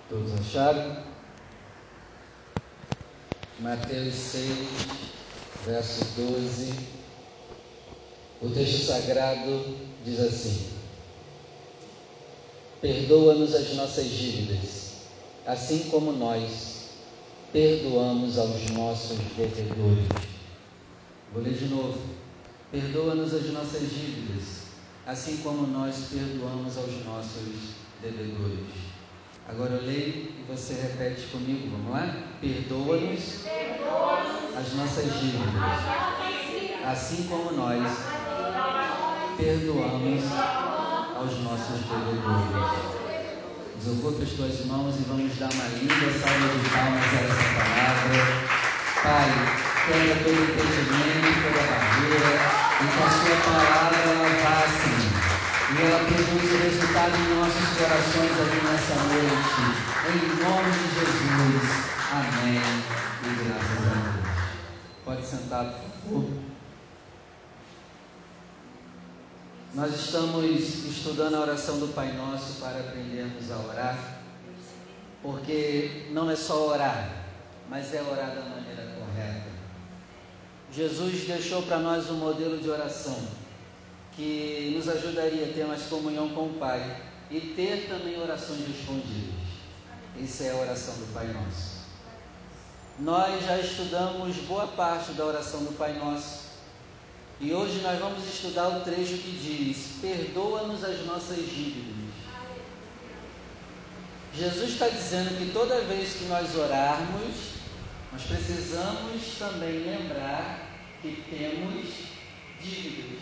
Todos acharam? Mateus 6, verso 12. O texto sagrado diz assim: perdoa-nos as nossas dívidas, assim como nós perdoamos aos nossos devedores. Vou ler de novo. Perdoa-nos as nossas dívidas, assim como nós perdoamos aos nossos devedores. Agora eu leio e você repete comigo, vamos lá? Perdoa-nos as nossas dívidas, assim como nós perdoamos aos nossos devedores. Desocupa as tuas mãos e vamos dar uma linda salva de palmas a essa palavra. Pai, quebra todo impedimento, toda barreira, e que a sua palavra ela vá, Senhor, e ela produza resultado em nossos corações aqui nessa noite. Em nome de Jesus. Amém. E graças a Deus. Pode sentar, por favor. Nós estamos estudando a oração do Pai Nosso para aprendermos a orar, porque não é só orar, mas é orar da maneira correta. Jesus deixou para nós um modelo de oração que nos ajudaria a ter mais comunhão com o Pai e ter também orações respondidas. Essa é a oração do Pai Nosso. Nós já estudamos boa parte da oração do Pai Nosso e hoje nós vamos estudar o trecho que diz: perdoa-nos as nossas dívidas. Jesus está dizendo que toda vez que nós orarmos, nós precisamos também lembrar que temos dívidas.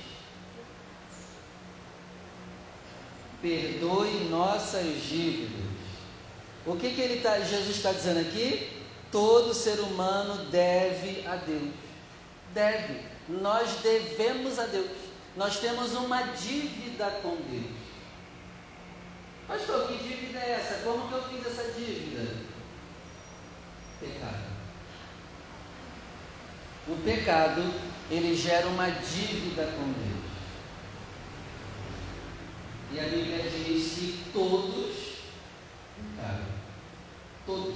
Perdoe nossas dívidas. O que Jesus está dizendo aqui? Todo ser humano deve a Deus. Deve. Nós devemos a Deus. Nós temos uma dívida com Deus. Pastor, que dívida é essa? Como que eu fiz essa dívida? Pecado. O pecado, ele gera uma dívida com Deus. E a Bíblia diz que todos pecaram. Todos.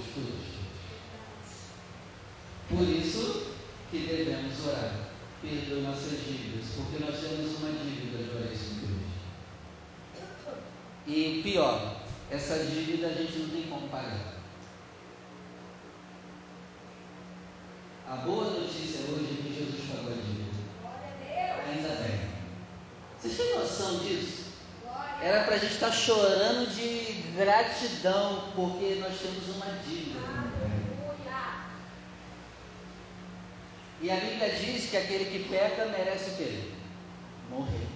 Por isso que devemos orar. Perdoe nossas dívidas, porque nós temos uma dívida para isso com Deus. E pior, essa dívida a gente não tem como pagar. A boa notícia hoje é que Jesus pagou a dívida. Ainda bem. Vocês têm noção disso? Era para a gente estar chorando de gratidão, porque nós temos uma dívida com o Pai. E a Bíblia diz que aquele que peca merece o quê? Morrer.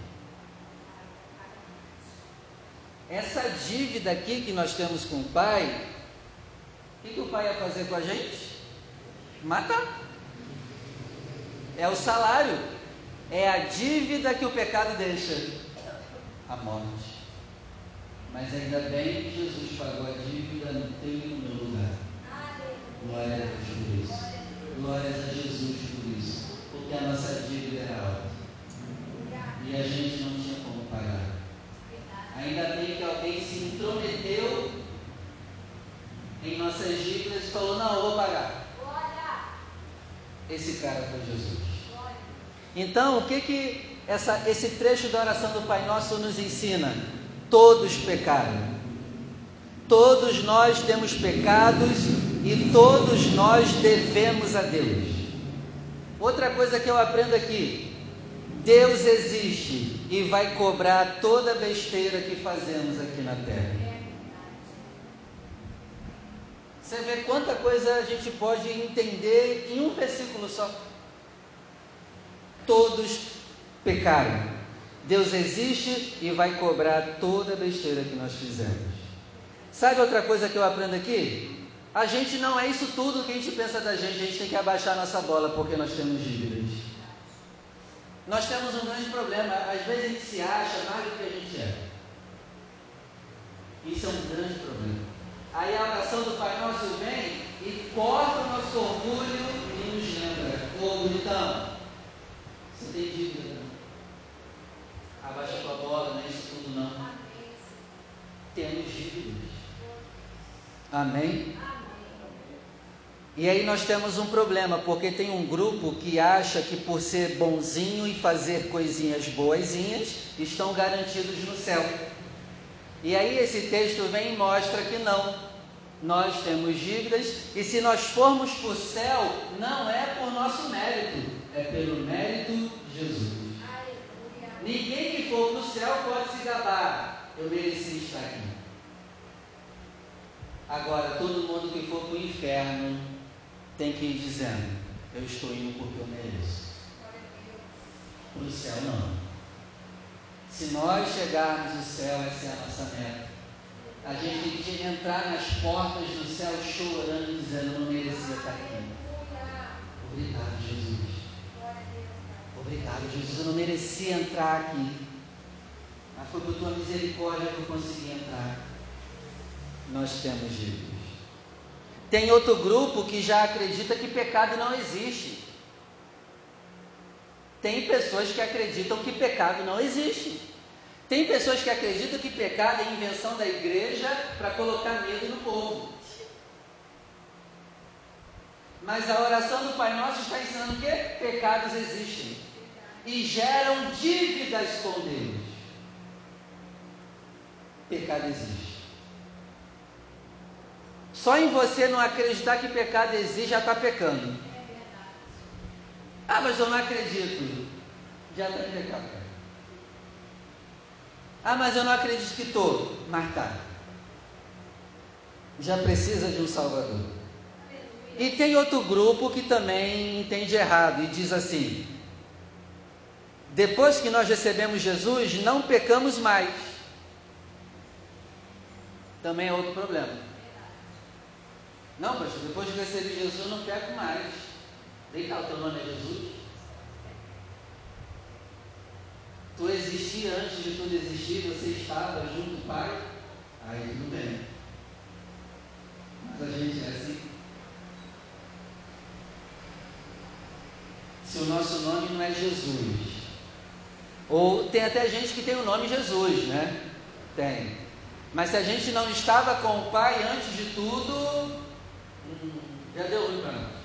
Essa dívida aqui que nós temos com o Pai, o que o Pai ia fazer com a gente? Matar. É o salário. É a dívida que o pecado deixa. A morte. Mas ainda bem que Jesus pagou a dívida no teu e no meu lugar. Glória a Deus por isso. Glórias a Jesus por isso. Porque a nossa dívida era alta. E a gente não tinha como pagar. Ainda bem que alguém se intrometeu em nossas dívidas e falou: não, eu vou pagar. Esse cara foi Jesus. Então, o que esse trecho da oração do Pai Nosso nos ensina? Todos pecaram. Todos nós temos pecados e todos nós devemos a Deus. Outra coisa que eu aprendo aqui: Deus existe e vai cobrar toda besteira que fazemos aqui na terra. Você vê quanta coisa a gente pode entender em um versículo só. Todos pecaram. Deus existe e vai cobrar toda besteira que nós fizemos. Sabe outra coisa que eu aprendo aqui? A gente não é isso tudo que a gente pensa da gente. A gente tem que abaixar nossa bola porque nós temos dívidas. Nós temos um grande problema. Às vezes a gente se acha mais do que a gente é. Isso é um grande problema. Aí a oração do Pai Nosso vem e corta o nosso orgulho e nos lembra: ô bonitão, você tem dívida, não? Abaixa tua bola, não é isso tudo não. Temos dívidas. Amém? E aí nós temos um problema, porque tem um grupo que acha que por ser bonzinho e fazer coisinhas boazinhas, estão garantidos no céu. E aí esse texto vem e mostra que não. Nós temos dívidas, e se nós formos para o céu, não é por nosso mérito, é pelo mérito de Jesus. Ninguém que for para o céu pode se gabar, eu mereci estar aqui. Agora, todo mundo que for para o inferno tem que ir dizendo: eu estou indo porque eu mereço. Para o céu não. Se nós chegarmos no céu, essa é a nossa meta. A gente tem que entrar nas portas do céu chorando, dizendo: eu não merecia estar aqui. Obrigado, Jesus. Obrigado, Jesus. Eu não merecia entrar aqui, mas foi por tua misericórdia que eu consegui entrar. Nós temos dívidas. Tem outro grupo que já acredita que pecado não existe. Tem pessoas que acreditam que pecado não existe. Tem pessoas que acreditam que pecado é invenção da igreja para colocar medo no povo. Mas a oração do Pai Nosso está ensinando que pecados existem e geram dívidas com Deus. Pecado existe. Só em você não acreditar que pecado existe, já está pecando. Ah, mas eu não acredito. Já está em pecado. Ah, mas eu não acredito que estou. Mas está. Já precisa de um Salvador. E tem outro grupo que também entende errado e diz assim: depois que nós recebemos Jesus, não pecamos mais. Também é outro problema. Não, pastor, depois de receber Jesus, eu não peco mais. Vem cá, o teu nome é Jesus? Tu existia antes de tudo existir, você estava junto do Pai? Aí tudo bem. Mas a gente é assim. Se o nosso nome não é Jesus, ou tem até gente que tem o nome Jesus, né? Tem. Mas se a gente não estava com o Pai antes de tudo, já deu ruim para nós.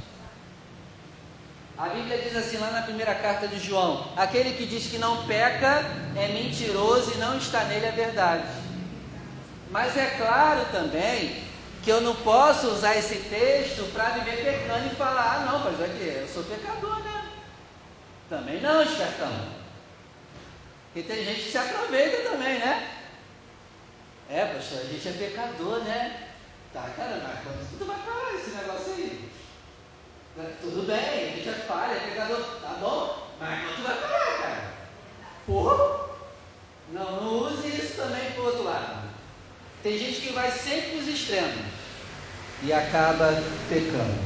A Bíblia diz assim lá na primeira carta de João: aquele que diz que não peca é mentiroso e não está nele a verdade. Mas é claro também que eu não posso usar esse texto para viver pecando e falar: ah não, mas é que eu sou pecador, né? Também não, espertão. Porque tem gente que se aproveita também, né? É, pastor, a gente é pecador, né? Tá, cara, mas quando tu vai parar esse negócio aí? Tudo bem, a gente é falha, é pecador, tá bom? Mas quando tu vai parar, cara? Porra! Não use isso também pro outro lado. Tem gente que vai sempre para os extremos e acaba pecando.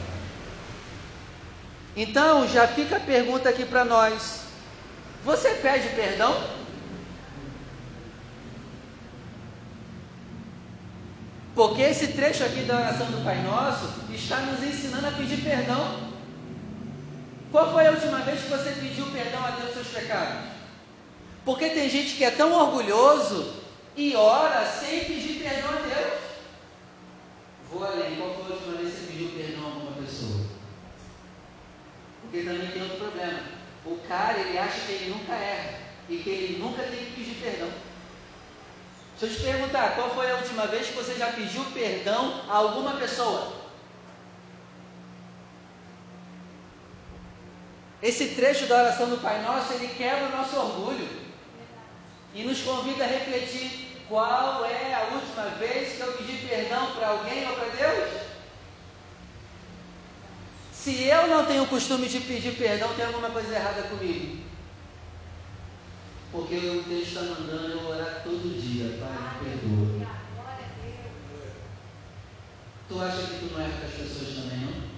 Então, já fica a pergunta aqui para nós: você pede perdão? Porque esse trecho aqui da oração do Pai Nosso está nos ensinando a pedir perdão. Qual foi a última vez que você pediu perdão a Deus dos seus pecados? Porque tem gente que é tão orgulhoso e ora sem pedir perdão a Deus. Vou além, qual foi a última vez que você pediu perdão a alguma pessoa? Porque também tem outro problema. O cara, ele acha que ele nunca erra e que ele nunca tem que pedir perdão. Deixa eu te perguntar, qual foi a última vez que você já pediu perdão a alguma pessoa? Esse trecho da oração do Pai Nosso, ele quebra o nosso orgulho e nos convida a refletir: qual é a última vez que eu pedi perdão para alguém ou para Deus? Se eu não tenho o costume de pedir perdão, tem alguma coisa errada comigo. Porque o texto está mandando eu orar todo dia: Pai, me perdoa. Tu acha que tu não erra com as pessoas também, não?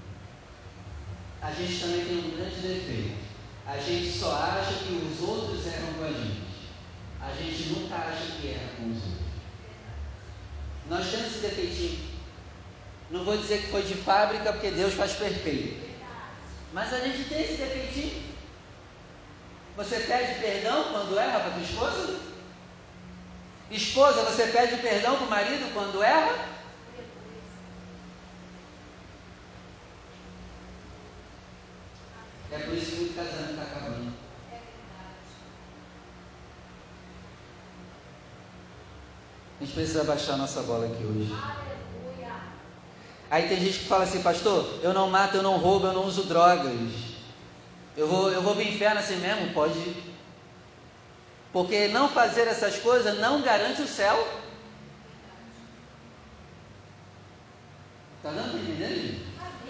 A gente também tem um grande defeito. A gente só acha que os outros erram com a gente. A gente nunca acha que erra com os outros. Nós temos esse defeitinho. Não vou dizer que foi de fábrica, porque Deus faz perfeito. Mas a gente tem esse defeitinho. Você pede perdão quando erra para tua esposa? Esposa, você pede perdão para o marido quando erra? É por isso que muito casamento está acabando. A gente precisa baixar nossa bola aqui hoje. Aí tem gente que fala assim, pastor, eu não mato, eu não roubo, eu não uso drogas. Eu vou para o inferno assim mesmo? Pode ir. Porque não fazer essas coisas não garante o céu. Está dando para entender?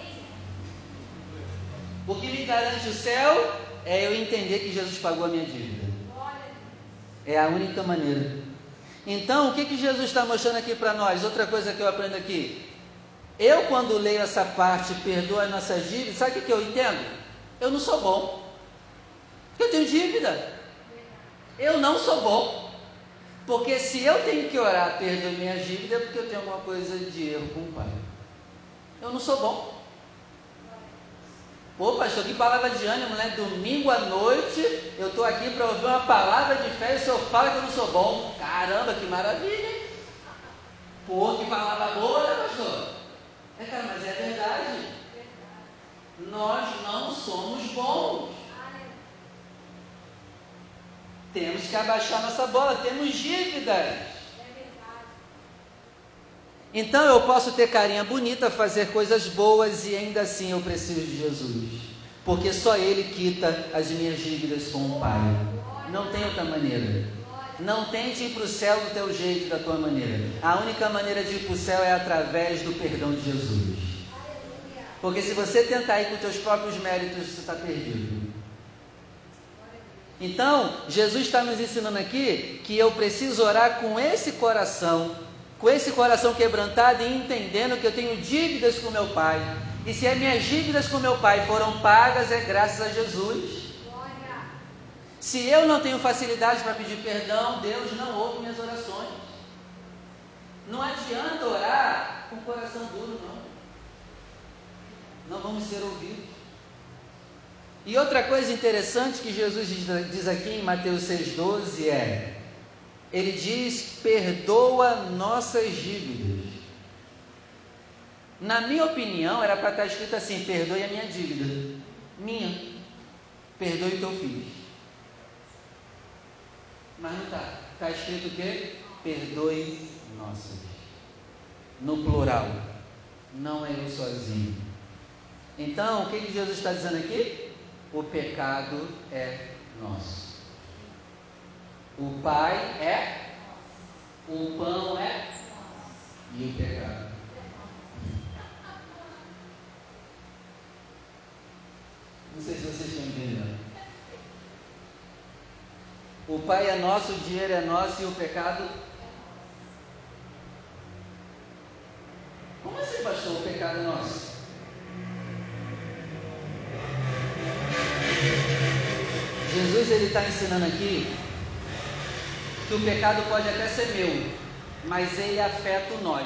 O que me garante o céu é eu entender que Jesus pagou a minha dívida. É a única maneira. Então, o que Jesus está mostrando aqui para nós? Outra coisa que eu aprendo aqui. Eu, quando leio essa parte, perdoa as nossas dívidas, sabe o que eu entendo? Eu não sou bom. Porque eu tenho dívida. Eu não sou bom. Porque se eu tenho que orar, perdoe minha dívida, é porque eu tenho alguma coisa de erro com o Pai. Eu não sou bom. Pô, pastor, que palavra de ânimo, né? Domingo à noite, eu estou aqui para ouvir uma palavra de fé e o senhor fala que eu não sou bom. Caramba, que maravilha, hein? Pô, que palavra boa, né, pastor? É, cara, mas é verdade. Nós não somos bons. Temos que abaixar nossa bola, temos dívidas. Então eu posso ter carinha bonita, fazer coisas boas e ainda assim eu preciso de Jesus. Porque só Ele quita as minhas dívidas com o Pai. Não tem outra maneira. Não tente ir para o céu do teu jeito, da tua maneira. A única maneira de ir para o céu é através do perdão de Jesus. Porque se você tentar ir com os teus próprios méritos, você está perdido. Então, Jesus está nos ensinando aqui que eu preciso orar com esse coração quebrantado e entendendo que eu tenho dívidas com meu Pai. E se as minhas dívidas com meu Pai foram pagas, é graças a Jesus. Se eu não tenho facilidade para pedir perdão, Deus não ouve minhas orações. Não adianta orar com o coração duro, não. Não vamos ser ouvidos. E outra coisa interessante que Jesus diz aqui em Mateus 6,12 ele diz, perdoa nossas dívidas. Na minha opinião, era para estar escrito assim, perdoe a minha dívida. Minha. Perdoe o que eu fiz. Mas não está. Está escrito o quê? Perdoe nossas. No plural. Não é eu sozinho. Então, o que Jesus está dizendo aqui? O pecado é nosso. O Pai é, o pão é, e o pecado. Não sei se vocês estão entendendo. O Pai é nosso, o dinheiro é nosso e o pecado. Como assim, pastor? O pecado é nosso? Jesus ele está ensinando aqui que o pecado pode até ser meu, mas ele afeta nós.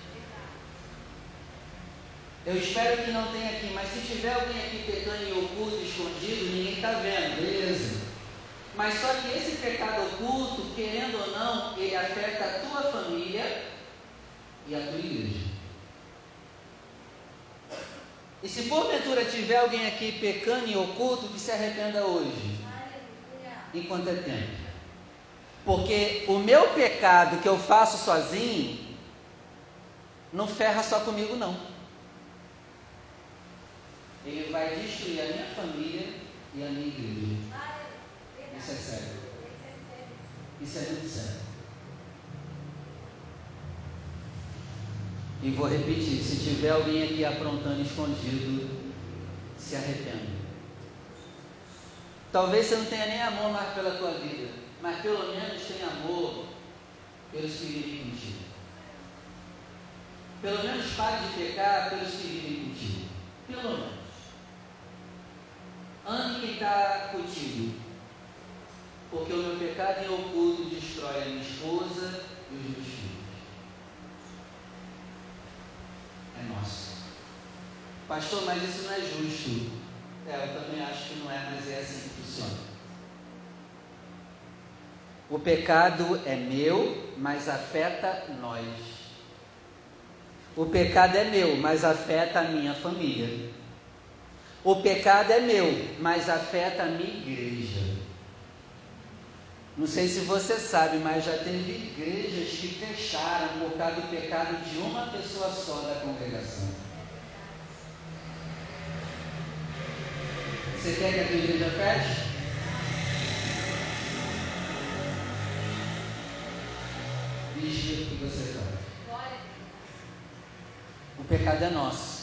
Eu espero que não tenha aqui, mas se tiver alguém aqui pecando em oculto, escondido, ninguém está vendo, beleza? Mas só que esse pecado oculto, querendo ou não, ele afeta a tua família e a tua igreja. E se porventura tiver alguém aqui pecando em oculto, que se arrependa hoje, enquanto é tempo. Porque o meu pecado que eu faço sozinho, não ferra só comigo não. Ele vai destruir a minha família e a minha igreja. Isso é sério. Isso é muito sério. E vou repetir, se tiver alguém aqui aprontando escondido, se arrependa. Talvez você não tenha nem amor mais pela tua vida, mas pelo menos tenha amor pelos que vivem contigo. Pelo menos pare de pecar pelos que vivem contigo. Pelo menos. Ame quem está contigo. Porque o meu pecado em oculto destrói a minha esposa e os meus filhos. É nosso. Pastor, mas isso não é justo. Eu também acho que não é, mas é assim que funciona. O pecado é meu, mas afeta nós. O pecado é meu, mas afeta a minha família. O pecado é meu, mas afeta a minha igreja. Não sei se você sabe, mas já teve igrejas que fecharam por causa do pecado de uma pessoa só da congregação. Você quer que a tua igreja feche? Vigia o que você faz. O pecado é nosso.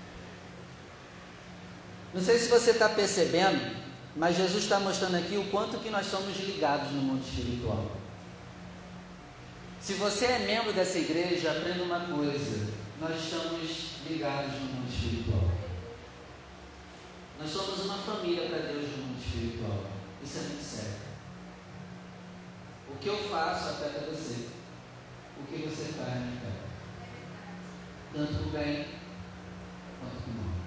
Não sei se você está percebendo, mas Jesus está mostrando aqui o quanto que nós somos ligados no mundo espiritual. Se você é membro dessa igreja, aprenda uma coisa: nós estamos ligados no mundo espiritual. Nós somos uma família para Deus no mundo espiritual. Isso é muito sério. O que eu faço afeta você. O que você faz me afeta. Tanto para o bem quanto para o mal.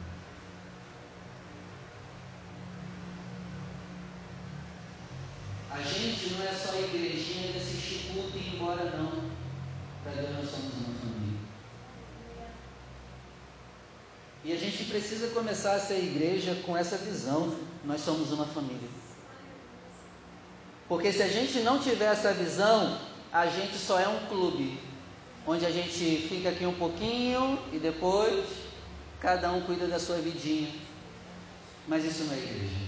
A gente não é só igrejinha de assistir culto e ir embora, não. Para Deus nós somos uma família. E a gente precisa começar a ser igreja com essa visão. Nós somos uma família. Porque se a gente não tiver essa visão, a gente só é um clube, onde a gente fica aqui um pouquinho e depois cada um cuida da sua vidinha. Mas isso não é igreja.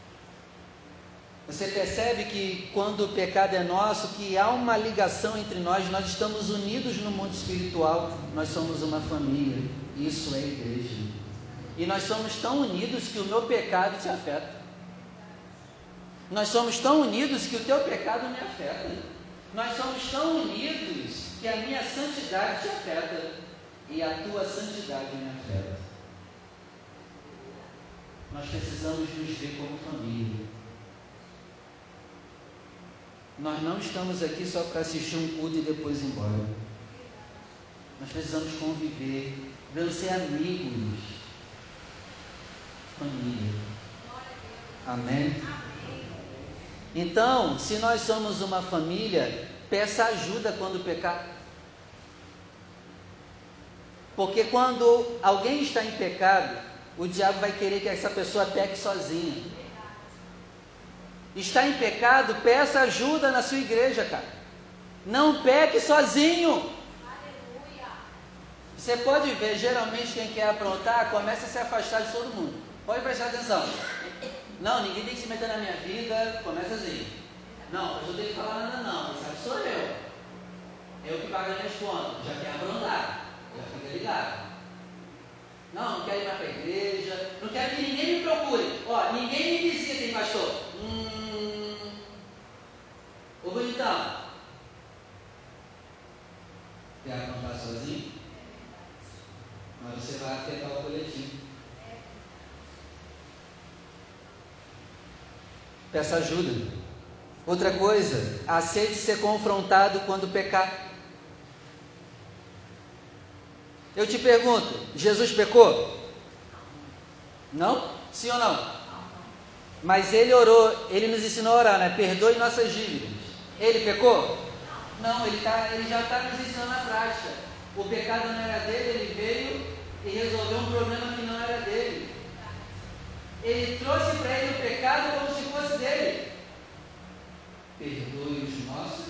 Você percebe que quando o pecado é nosso, que há uma ligação entre nós, nós estamos unidos no mundo espiritual, nós somos uma família, isso é igreja. E nós somos tão unidos que o meu pecado te afeta. Nós somos tão unidos que o teu pecado me afeta. Nós somos tão unidos que a minha santidade te afeta e a tua santidade me afeta. Nós precisamos nos ver como família. Nós não estamos aqui só para assistir um culto e depois ir embora. Nós precisamos conviver, devemos ser amigos, família. Amém? Então, se nós somos uma família, peça ajuda quando pecar. Porque quando alguém está em pecado, o diabo vai querer que essa pessoa peque sozinha. Está em pecado, peça ajuda na sua igreja, cara. Não peque sozinho. Aleluia. Você pode ver, geralmente quem quer aprontar, começa a se afastar de todo mundo. Pode prestar atenção. Não, ninguém tem que se meter na minha vida, começa assim. Não, eu não tenho que falar nada não, quem sabe sou eu. Eu que pago as minhas contas, já quer aprontar, já fica ligado. Não quero ir mais para a igreja, não quero que ninguém me procure. Ó, ninguém me visita, hein, pastor? Ô bonitão, quer aprontar sozinho? Mas você vai afetar o coletivo. Peça ajuda. Outra coisa, aceite ser confrontado quando pecar. Eu te pergunto, Jesus pecou? Não? Sim ou não? Mas ele orou, ele nos ensinou a orar, né? Perdoe nossas dívidas. Ele pecou? Não, ele já está nos ensinando a prática. O pecado não era dele, ele veio e resolveu um problema que não era dele. Ele trouxe para ele o pecado como se fosse dele. Perdoe os nossos.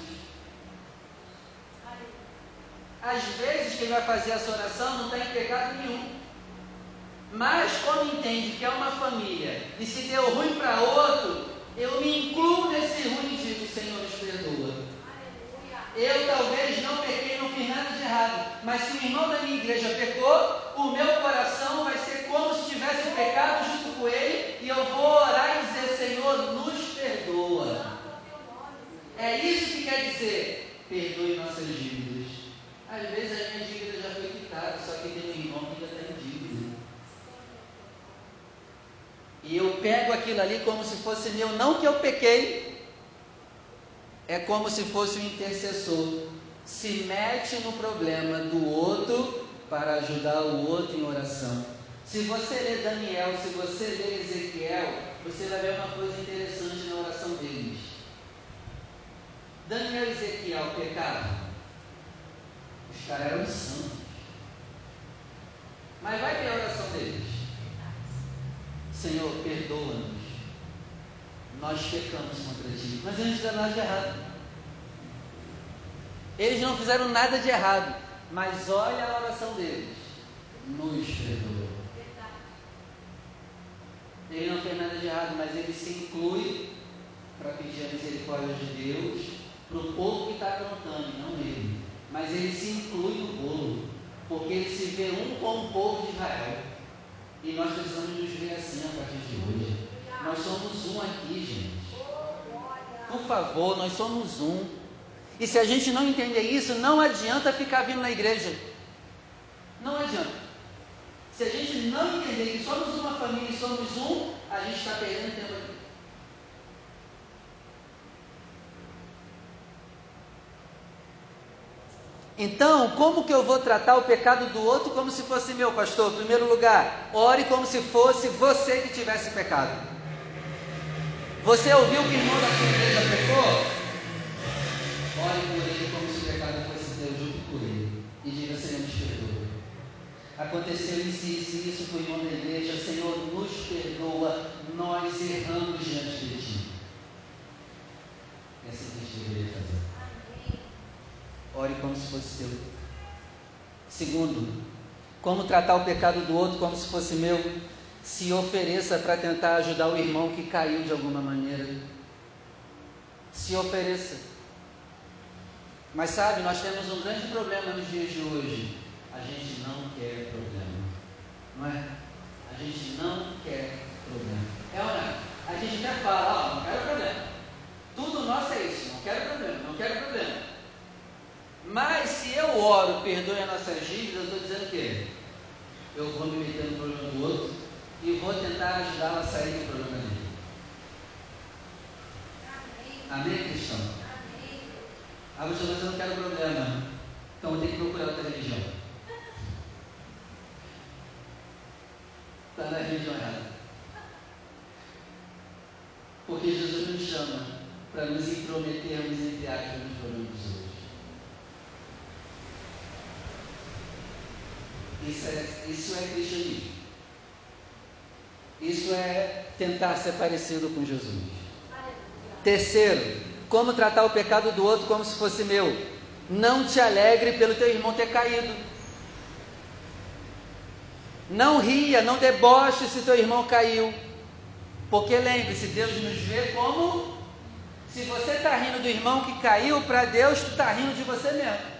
Às vezes quem vai fazer essa oração não tem pecado nenhum. Mas como entende que é uma família e se deu ruim para outro, eu me incluo nesse ruim e digo: Senhor, nos perdoa. Eu talvez não pequei, não fiz nada de errado, mas se o irmão da minha igreja pecou, o meu coração vai ser como se tivesse pecado junto com ele, e eu vou orar e dizer: Senhor, nos perdoa. É isso que quer dizer: perdoe nossas dívidas. Às vezes a minha dívida já foi quitada, só que tem um irmão que ainda está em dívida. E eu pego aquilo ali como se fosse meu, não que eu pequei, é como se fosse um intercessor. Se mete no problema do outro para ajudar o outro em oração. Se você ler Daniel, se você ler Ezequiel, você vai ver uma coisa interessante na oração deles. Daniel e Ezequiel pecaram. Os caras eram santos. Mas vai ver a oração deles. perdoa-nos, nós pecamos contra ti. Mas eles não fizeram nada de errado. Eles não fizeram nada de errado, mas olha a oração deles: nos perdoa. Ele não fez nada de errado, mas ele se inclui para pedir a misericórdia de Deus para o povo que está aprontando, não ele. Mas ele se inclui no bolo, porque ele se vê um com o povo de Israel. E nós precisamos nos ver assim a partir de hoje. Nós somos um aqui, gente. Por favor, nós somos um. E se a gente não entender isso, não adianta ficar vindo na igreja. Não adianta. Se a gente não entender que somos uma família e somos um, a gente está perdendo tempo aqui. Então, como que eu vou tratar o pecado do outro como se fosse meu, pastor? Em primeiro lugar, ore como se fosse você que tivesse pecado. Você ouviu que o irmão da sua igreja pecou? Ore por ele como se o pecado fosse teu, junto por ele. E diga: Senhor, nos perdoa. Aconteceu isso com o irmão da igreja. Senhor, nos perdoa, nós erramos diante de ti. É assim que a gente deveria fazer. Ore como se fosse teu. Segundo, como tratar o pecado do outro como se fosse meu? Se ofereça para tentar ajudar o irmão que caiu de alguma maneira. Se ofereça. Mas sabe, nós temos um grande problema nos dias de hoje. A gente não quer problema. Não é? A gente não quer problema. É ou não é? A gente até fala: não quero problema. Tudo nosso é isso, não quero problema, não quero problema. Mas se eu oro, perdoe as nossas dívidas, eu estou dizendo o quê? Eu vou me meter no problema do outro e vou tentar ajudá-lo a sair do problema dele. Amém, cristão? Amém. Ah, mas eu não quero problema. Então eu tenho que procurar outra religião. Está na religião errada. Porque Jesus nos chama para nos intrometermos, entre aspas, nos problemas dos outros. Isso é cristianismo. Isso é tentar ser parecido com Jesus. Terceiro, como tratar o pecado do outro como se fosse meu? Não te alegre pelo teu irmão ter caído. Não ria, não deboche se teu irmão caiu. Porque lembre-se, Deus nos vê como... Se você está rindo do irmão que caiu, para Deus tu está rindo de você mesmo.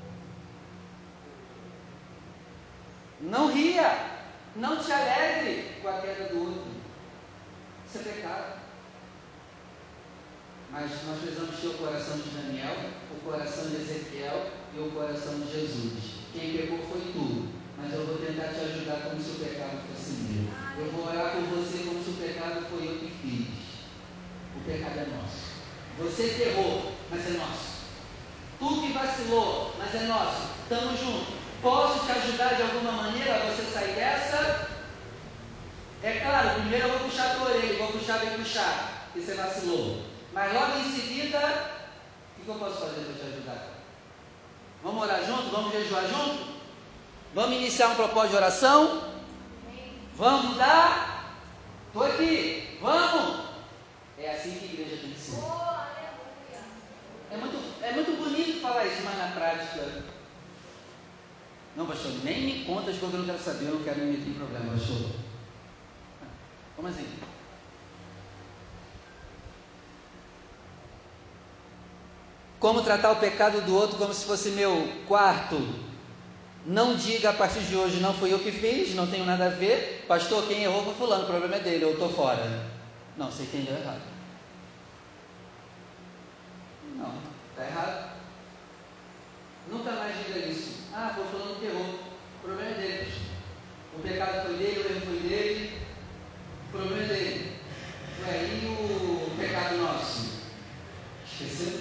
Não ria, não te alegre com a queda do outro. Isso é pecado. Mas nós precisamos ter o coração de Daniel, o coração de Ezequiel e o coração de Jesus. Quem pecou foi tu, mas eu vou tentar te ajudar como se o pecado fosse meu. Eu vou orar por você como se o pecado foi eu que fiz. O pecado é nosso. Você que errou, mas é nosso. Tu que vacilou, mas é nosso. Estamos juntos. Posso te ajudar de alguma maneira a você sair dessa? É claro, primeiro eu vou puxar a tua orelha, vou puxar bem puxar, que você vacilou. Mas logo em seguida, o que eu posso fazer para te ajudar? Vamos orar junto? Vamos jejuar junto? Vamos iniciar um propósito de oração? Vamos mudar? Estou aqui, vamos! É assim que a igreja tem que ser. É muito bonito falar isso, mas na prática... Não, pastor, nem me conta as coisas que eu não quero saber, eu não quero me meter em problema, pastor. Como assim? Como tratar o pecado do outro como se fosse meu? Quarto, não diga a partir de hoje: não fui eu que fiz, não tenho nada a ver. Pastor, quem errou foi fulano, o problema é dele, eu estou fora. Não, você entendeu errado. Não, está errado. Nunca mais diga isso. Ah, foi fulano que errou, o problema é dele. O pecado foi dele, o erro foi dele, o problema é dele. Ué, e o pecado nosso? Esqueceu?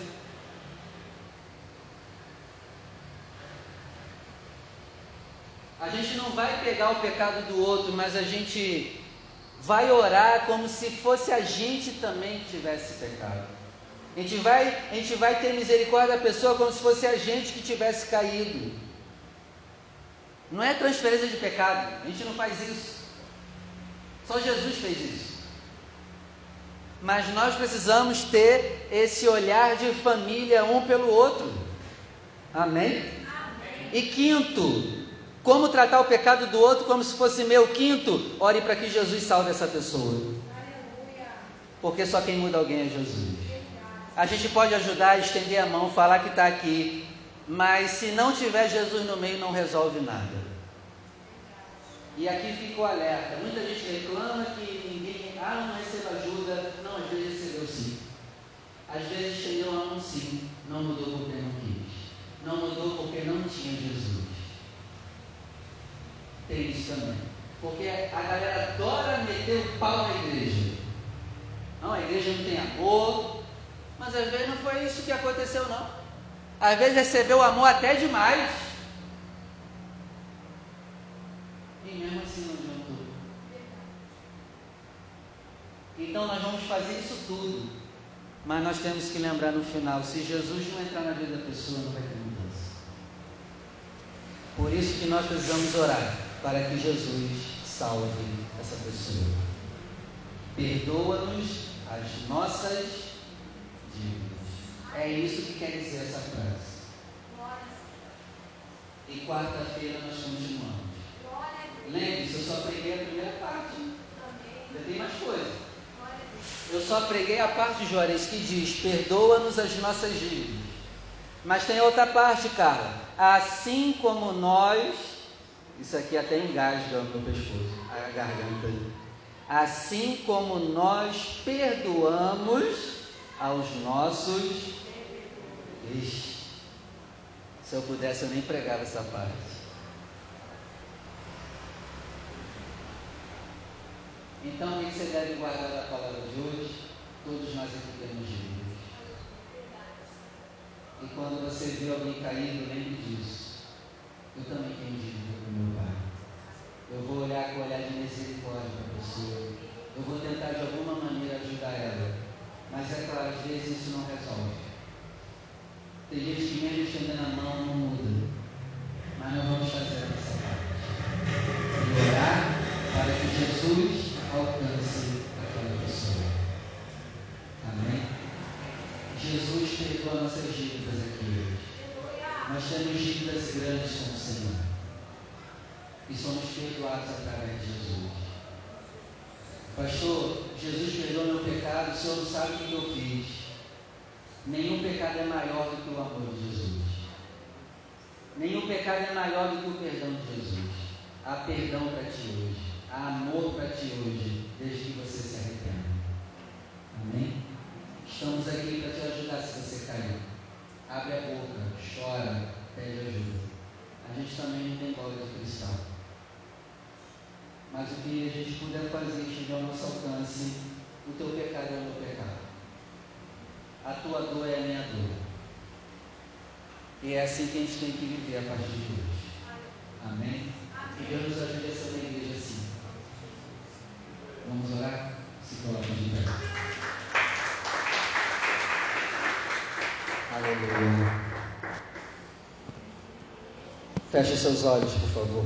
A gente não vai pegar o pecado do outro, mas a gente vai orar como se fosse a gente também que tivesse pecado. A gente vai ter misericórdia da pessoa como se fosse a gente que tivesse caído. Não é transferência de pecado, a gente não faz isso. Só Jesus fez isso. mas nós precisamos ter esse olhar de família um pelo outro. Amém? E quinto, como tratar o pecado do outro como se fosse meu. Quinto, ore para que Jesus salve essa pessoa. Porque só quem muda alguém é Jesus. A gente pode ajudar, estender a mão, falar que está aqui, mas se não tiver Jesus no meio, não resolve nada. E aqui fica o alerta. Muita gente reclama que ninguém, não recebe ajuda. Não, às vezes recebeu sim. Às vezes estendeu a mão sim. Não mudou porque não quis. Não mudou porque não tinha Jesus. Tem isso também. Porque a galera adora meter o pau na igreja. Não, a igreja não tem amor. Mas às vezes não foi isso que aconteceu, não. Às vezes recebeu amor até demais. E mesmo assim não adiantou. Então nós vamos fazer isso tudo. Mas nós temos que lembrar no final, se Jesus não entrar na vida da pessoa, não vai ter mudança. Por isso que nós precisamos orar, para que Jesus salve essa pessoa. Perdoa-nos as nossas dívidas. É isso que quer dizer essa frase. E quarta-feira nós continuamos. Lembre-se, eu só preguei a primeira parte. Já tem mais coisa. Eu só preguei a parte, Juarez, que diz: perdoa-nos as nossas dívidas. Mas tem outra parte, Carla. Assim como nós... Isso aqui até engasga o meu pescoço, a garganta. Assim como nós perdoamos aos nossos... Ixi, se eu pudesse eu nem pregava essa parte. Então, o que você deve guardar da palavra de hoje? Todos nós aqui temos dívidas. E quando você vê alguém caído, lembre disso. Eu também tenho dívida com meu pai. Eu vou olhar com olhar de misericórdia para a pessoa. Eu vou tentar de alguma maneira ajudar ela. Mas é claro, às vezes isso não resolve. Tem gente que mesmo estendendo a mão não muda. Mas nós vamos fazer a nossa parte. E orar para que Jesus alcance aquela pessoa. Amém? Jesus perdoa nossas dívidas aqui hoje. Nós temos dívidas grandes com o Senhor. E somos perdoados através de Jesus. Pastor, Jesus perdoou meu pecado, o Senhor não sabe o que eu fiz. Nenhum pecado é maior do que o amor de Jesus. Nenhum pecado é maior do que o perdão de Jesus. Há perdão para ti hoje. Há amor para ti hoje, desde que você se arrependa. Amém? Estamos aqui para te ajudar se você cair. Abre a boca, chora, pede ajuda. A gente também não tem bola de cristal. Mas o que a gente puder fazer, estiver ao nosso alcance, o teu pecado é o meu pecado. A tua dor é a minha dor. E é assim que a gente tem que viver a partir de hoje. Amém? Que Deus nos ajude a ser uma igreja assim. Vamos orar? Se coloque de pé. Aleluia. Feche seus olhos, por favor.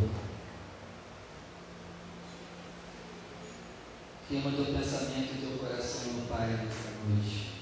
Firma o teu pensamento e o teu coração no Pai nesta noite.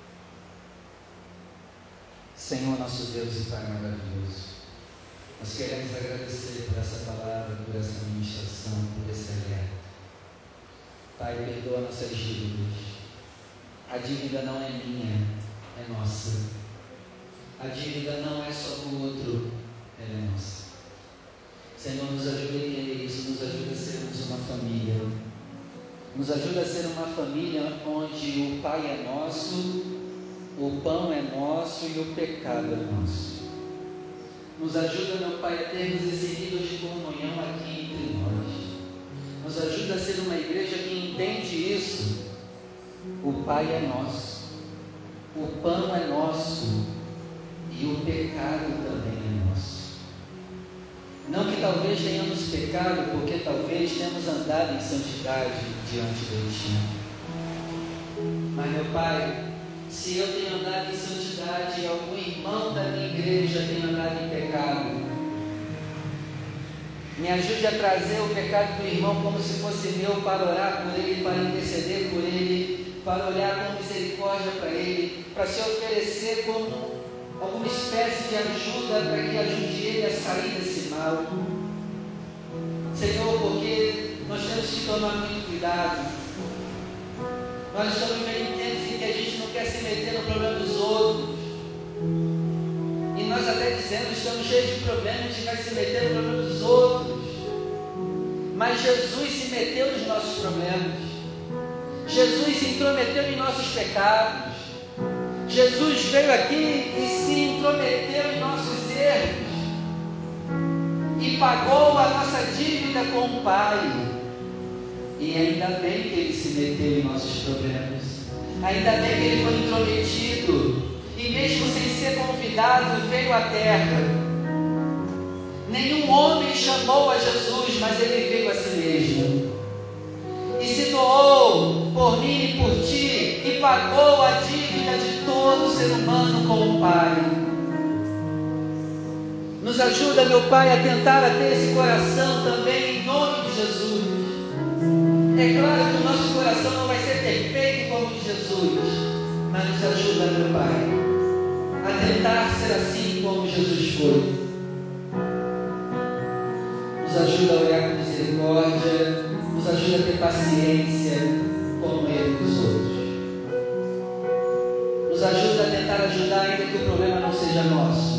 Senhor, nosso Deus e Pai maravilhoso, nós queremos agradecer por essa palavra, por essa ministração, por esse alerta. Pai, perdoa nossas dívidas. A dívida não é minha, é nossa. A dívida não é só do outro, ela é nossa. Senhor, nos ajuda a entender isso, nos ajuda a sermos uma família. Nos ajuda a ser uma família onde o Pai é nosso, o pão é nosso e o pecado é nosso. Nos ajuda, meu Pai, a termos esse nível de comunhão aqui entre nós. Nos ajuda a ser uma igreja que entende isso. O Pai é nosso, o pão é nosso e o pecado também é nosso. Não que talvez tenhamos pecado, porque talvez temos andado em santidade diante de Ti. Mas, meu Pai, se eu tenho andado em santidade e algum irmão da minha igreja tem andado em pecado, me ajude a trazer o pecado do irmão como se fosse meu, para orar por ele, para interceder por ele, para olhar com misericórdia para Ele, para se oferecer como alguma espécie de ajuda para que ajude Ele a sair desse mal. Senhor, porque nós temos que tomar muito cuidado. Nós estamos vivendo tempos em que a gente não quer se meter no problema dos outros. E nós até dizemos, estamos cheios de problemas, a gente vai se meter no problema dos outros. Mas Jesus se meteu nos nossos problemas. Jesus se intrometeu em nossos pecados. Jesus veio aqui e se intrometeu em nossos erros. E pagou a nossa dívida com o Pai. E ainda bem que Ele se meteu em nossos problemas. Ainda bem que Ele foi intrometido. E mesmo sem ser convidado, veio à terra. Nenhum homem chamou a Jesus, mas Ele veio a si mesmo. E se doou por mim e por ti, e pagou a dívida de todo ser humano com o Pai. Nos ajuda, meu Pai, a tentar a ter esse coração também, em nome de Jesus. É claro que o nosso coração não vai ser perfeito como o de Jesus, mas nos ajuda, meu Pai, a tentar ser assim como Jesus foi. Nos ajuda a olhar com misericórdia, nos ajuda a ter paciência como Ele dos outros. Nos ajuda a tentar ajudar ainda que o problema não seja nosso.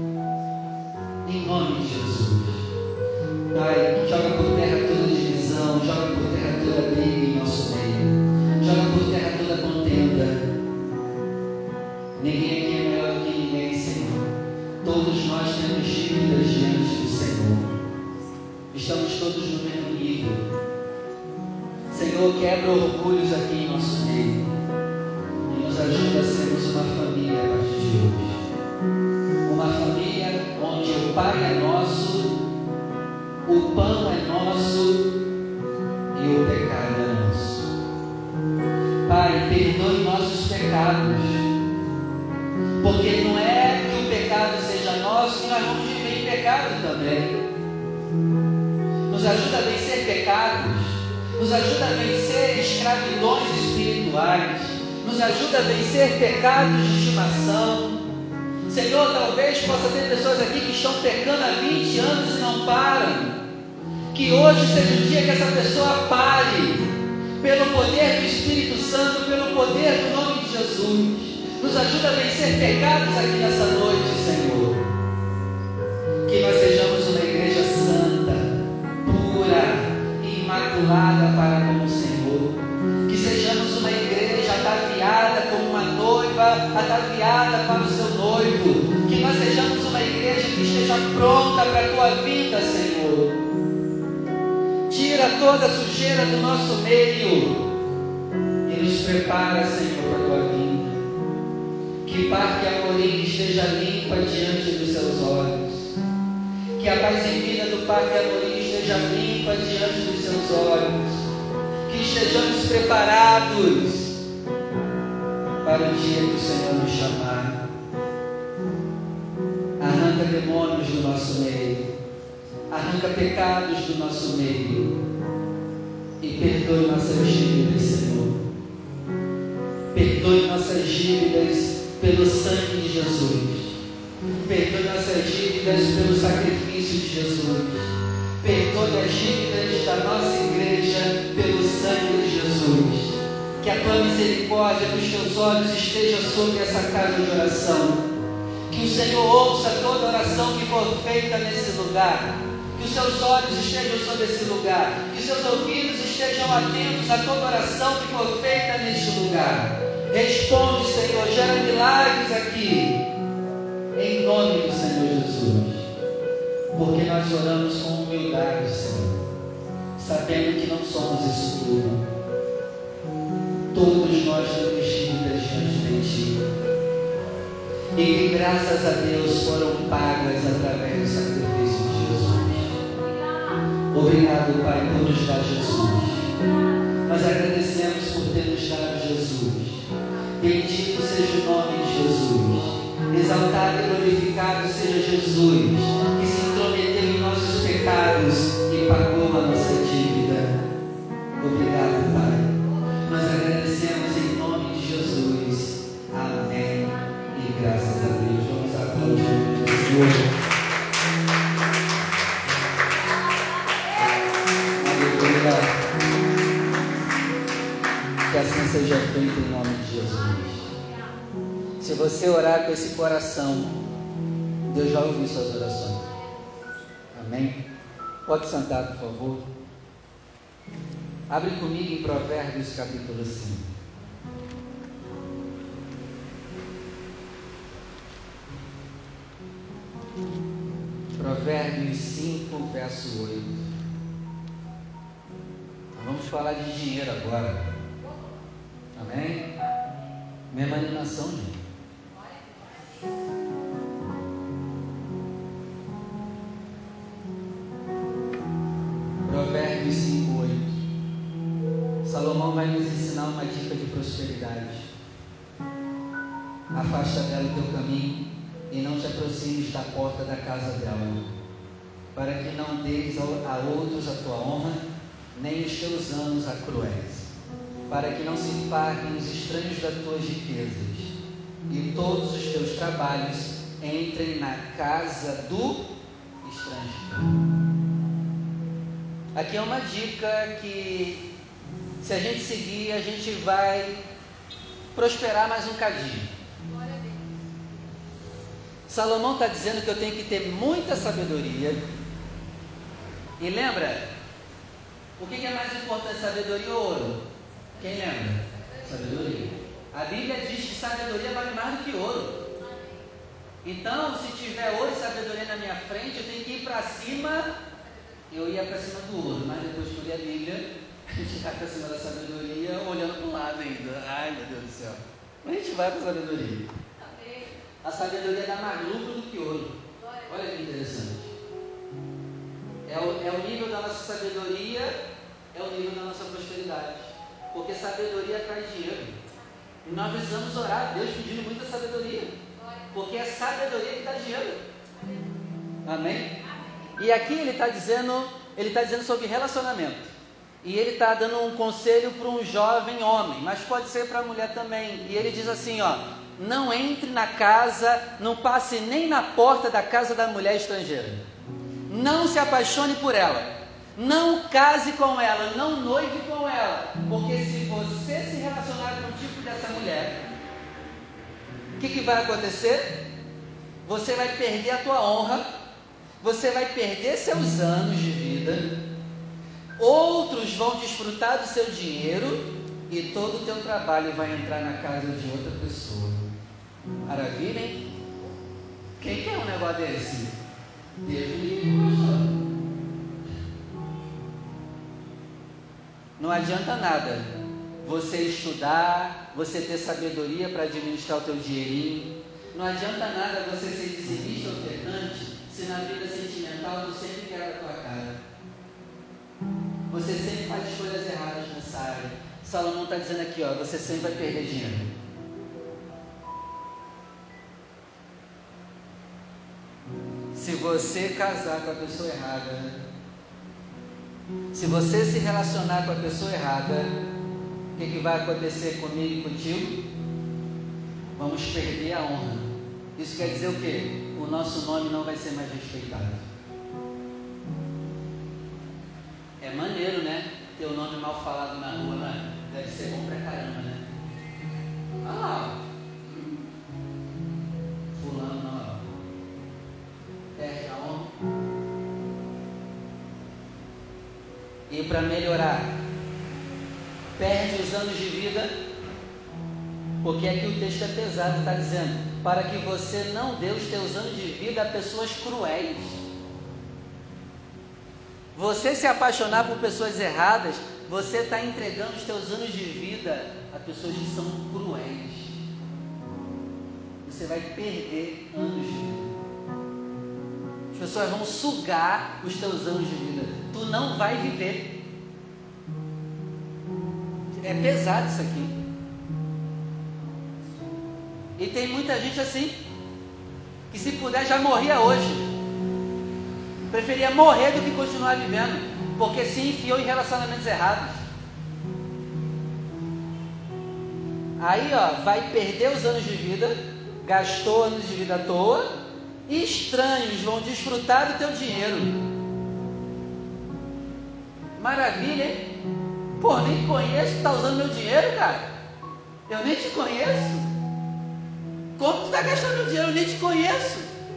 Em nome de Jesus. Pai, joga por terra toda divisão, joga por terra toda briga em nosso meio. Joga por terra toda contenda. Ninguém aqui é melhor do que ninguém, Senhor. Todos nós temos dívidas diante do Senhor. Estamos todos no mesmo nível. Senhor, quebra orgulhos aqui em nosso meio. E nos ajuda a sermos uma família a partir de hoje. Uma família onde o Pai é nosso, o pão é nosso e o pecado é nosso. Pai, perdoe nossos pecados. Porque não é que o pecado seja nosso que nós vamos viver em pecado também. Nos ajuda a vencer pecados, nos ajuda a vencer escravidões espirituais, nos ajuda a vencer pecados de estimação. Senhor, talvez possa ter pessoas aqui que estão pecando há 20 anos e não param. Que hoje seja o dia que essa pessoa pare, pelo poder do Espírito Santo, pelo poder do nome de Jesus. Nos ajuda a vencer pecados aqui nessa noite, Senhor. Que nós sejamos uma igreja santa, pura e imaculada para com o Senhor. Que sejamos uma igreja ataviada como uma noiva, ataviada para o seu noivo. Que nós sejamos uma igreja que esteja pronta para a tua vinda, Senhor. Tira toda a sujeira do nosso meio e nos prepara, Senhor, para a tua vinda. Que Parque Amorim esteja limpa diante dos seus olhos. Que a paz e vida do Parque Amorim esteja limpa diante dos seus olhos. Que estejamos preparados para o dia que o Senhor nos chamar. Arranca demônios do nosso meio. Arranca pecados do nosso meio. E perdoe nossas dívidas, Senhor. Perdoe nossas dívidas pelo sangue de Jesus. Perdoe nossas dívidas pelo sacrifício de Jesus. Perdoe as dívidas da nossa igreja pelo sangue de Jesus. Que a tua misericórdia dos teus olhos esteja sobre essa casa de oração. Que o Senhor ouça toda oração que for feita nesse lugar. Que os seus olhos estejam sobre esse lugar. Que os seus ouvidos estejam atentos a toda oração que for feita neste lugar. Responde, Senhor, gera milagres aqui. Em nome do Senhor Jesus. Porque nós oramos com humildade, Senhor. Sabendo que não somos isso tudo. Todos nós temos dívidas diante de Ti. E que graças a Deus foram pagas através do sacrifício de Jesus. Obrigado, Pai, por nos dar Jesus. Nós agradecemos por ter nos dado Jesus. Bendito seja o nome de Jesus. Exaltado e glorificado seja Jesus, que se intrometeu em nossos pecados e pagou a nossa dívida. Obrigado, Pai. Nós agradecemos em assim seja feito em nome de Jesus. Se você orar com esse coração, Deus vai ouvir suas orações. Amém? Pode sentar, por favor. Abre comigo em Provérbios capítulo 5. Provérbios 5, verso 8. Vamos falar de dinheiro agora. Amém? Mesma animação, gente. Provérbios 5, 8. Salomão vai nos ensinar uma dica de prosperidade. Afasta dela o teu caminho e não te aproximes da porta da casa dela, para que não deis a outros a tua honra, nem os teus anos a cruéis, para que não se paguem os estranhos das tuas riquezas, e todos os teus trabalhos entrem na casa do estrangeiro. Aqui é uma dica que, se a gente seguir, a gente vai prosperar mais um cadinho. Salomão está dizendo que eu tenho que ter muita sabedoria. E lembra, o que é mais importante, sabedoria ou ouro? Quem lembra? Sabedoria. A Bíblia diz que sabedoria vale mais do que ouro. Então, se tiver ouro e sabedoria na minha frente, eu tenho que ir para cima. Eu ia para cima do ouro, mas depois que eu li a Bíblia, a gente vai para cima da sabedoria, olhando para o lado ainda. Ai, meu Deus do céu. Mas a gente vai para a sabedoria. A sabedoria dá mais lucro do que ouro. Olha que interessante. É o nível da nossa sabedoria, é o nível da nossa prosperidade. Porque sabedoria traz dinheiro. E nós precisamos orar a Deus pedindo muita sabedoria. Porque é sabedoria que dá dinheiro. Amém? E aqui ele está dizendo sobre relacionamento. E ele está dando um conselho para um jovem homem, mas pode ser para a mulher também. E ele diz assim, ó: não entre na casa, não passe nem na porta da casa da mulher estrangeira. Não se apaixone por ela. Não case com ela, não noive com ela. Porque se você se relacionar com o tipo dessa mulher, o que vai acontecer? Você vai perder a tua honra, você vai perder seus anos de vida, outros vão desfrutar do seu dinheiro e todo o teu trabalho vai entrar na casa de outra pessoa. Maravilha, hein? Quem quer um negócio desse? Deus me livre, pastor. Não adianta nada você estudar, você ter sabedoria para administrar o teu dinheirinho. Não adianta nada você ser dizimista ou ofertante, se na vida sentimental tu sempre quebra a tua cara. Você sempre faz escolhas erradas nessa área. Salomão está dizendo aqui, ó, você sempre vai perder dinheiro. Se você casar com a pessoa errada, se você se relacionar com a pessoa errada, o que vai acontecer comigo e contigo? Vamos perder a honra. Isso quer dizer o quê? O nosso nome não vai ser mais respeitado. É maneiro, né? Ter o nome mal falado na rua, né? Deve ser bom pra caramba, né? Fulano, não. Perde a honra. E para melhorar, perde os anos de vida, porque aqui o texto é pesado, está dizendo, para que você não dê os teus anos de vida a pessoas cruéis. Você se apaixonar por pessoas erradas, você está entregando os teus anos de vida a pessoas que são cruéis. Você vai perder anos de vida. As pessoas vão sugar os teus anos de vida. Tu não vai viver. É pesado isso aqui. E tem muita gente assim, que se puder já morria hoje. Preferia morrer do que continuar vivendo, porque se enfiou em relacionamentos errados. Aí, ó, vai perder os anos de vida, gastou anos de vida à toa, e estranhos vão desfrutar do teu dinheiro. Maravilha, hein? Pô, nem te conheço, tu tá usando meu dinheiro, cara. Eu nem te conheço. Como tu tá gastando meu dinheiro? Eu nem te conheço.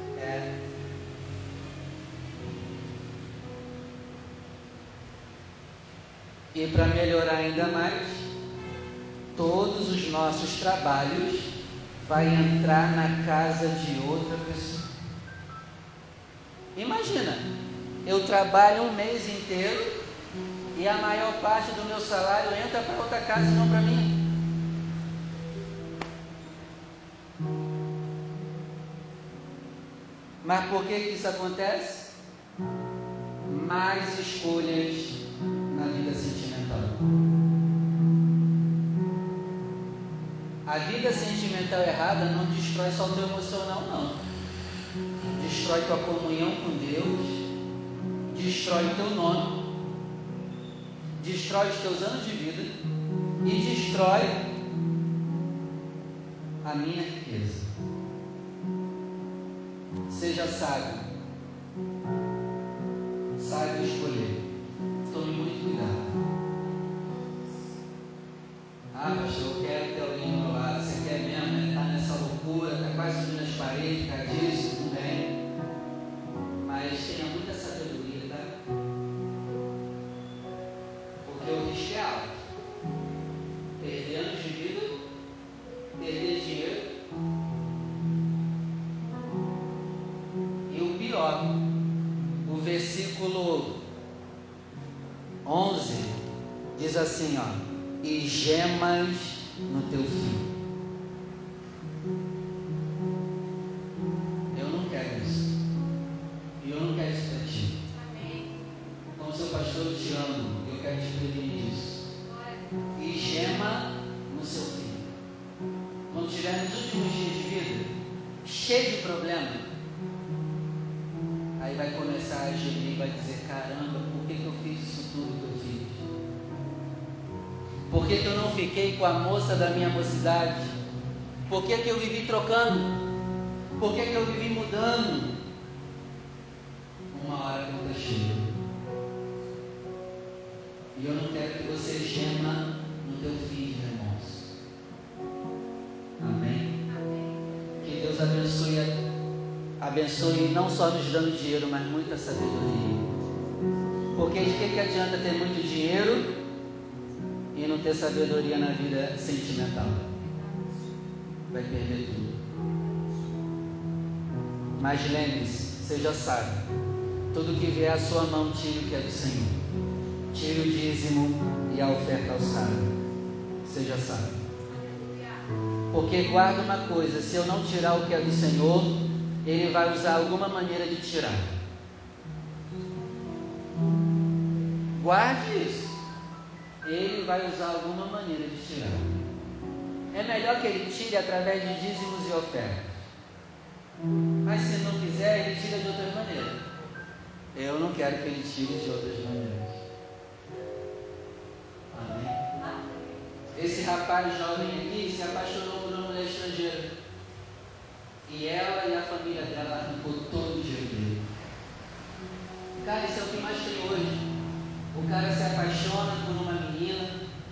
E para melhorar ainda mais, todos os nossos trabalhos vai entrar na casa de outra pessoa. Imagina, eu trabalho um mês inteiro e a maior parte do meu salário entra para outra casa e não para mim. Mas por que isso acontece? Mais escolhas na vida sentimental. A vida sentimental errada não destrói só o teu emocional, não. Destrói tua comunhão com Deus, destrói o teu nome, destrói os teus anos de vida e destrói a minha riqueza. Seja sábio, saiba escolher. Tome muito cuidado. Ah, pastor, eu quero ter alguém do meu lado. Você quer mesmo? Está nessa loucura, está quase subindo as paredes, por causa disso, tudo bem. Mas tenha muita sabedoria, tá? Porque o risco é alto. Perder anos de vida, perder dinheiro. E o pior, o versículo 11 diz assim, ó: e gemas no teu filho. Eu não quero isso. E eu não quero isso para ti. Como seu pastor, eu te amo. Eu quero te prevenir disso. E gema no seu filho. Quando tiver nos últimos dias de vida, cheio de problema, aí vai começar a gemer e vai dizer: caramba, por que eu fiz isso tudo que eu fiz? Por que eu não fiquei com a moça da minha mocidade? Por que eu vivi trocando? Por que eu vivi mudando? Uma hora a conta chega. E eu não quero que você gema no teu filho, irmãos. Amém? Que Deus abençoe não só nos dando dinheiro, mas muita sabedoria. Porque de que adianta ter muito dinheiro e não ter sabedoria na vida sentimental? Vai perder tudo. Mas lembre-se, seja sábio. Tudo que vier à sua mão, tire o que é do Senhor. Tire o dízimo e a oferta ao sábio. Seja sábio. Porque guarda uma coisa: se eu não tirar o que é do Senhor, Ele vai usar alguma maneira de tirar. Guarde isso. Ele vai usar alguma maneira de tirar. É melhor que Ele tire através de dízimos e ofertas. Mas se não quiser, Ele tira de outras maneiras. Eu não quero que Ele tire de outras maneiras. Amém? Esse rapaz jovem aqui se apaixonou por uma mulher estrangeira. E ela e a família dela arrancou todo o dinheiro dele. Cara, isso é o que mais tem hoje. O cara se apaixona por uma menina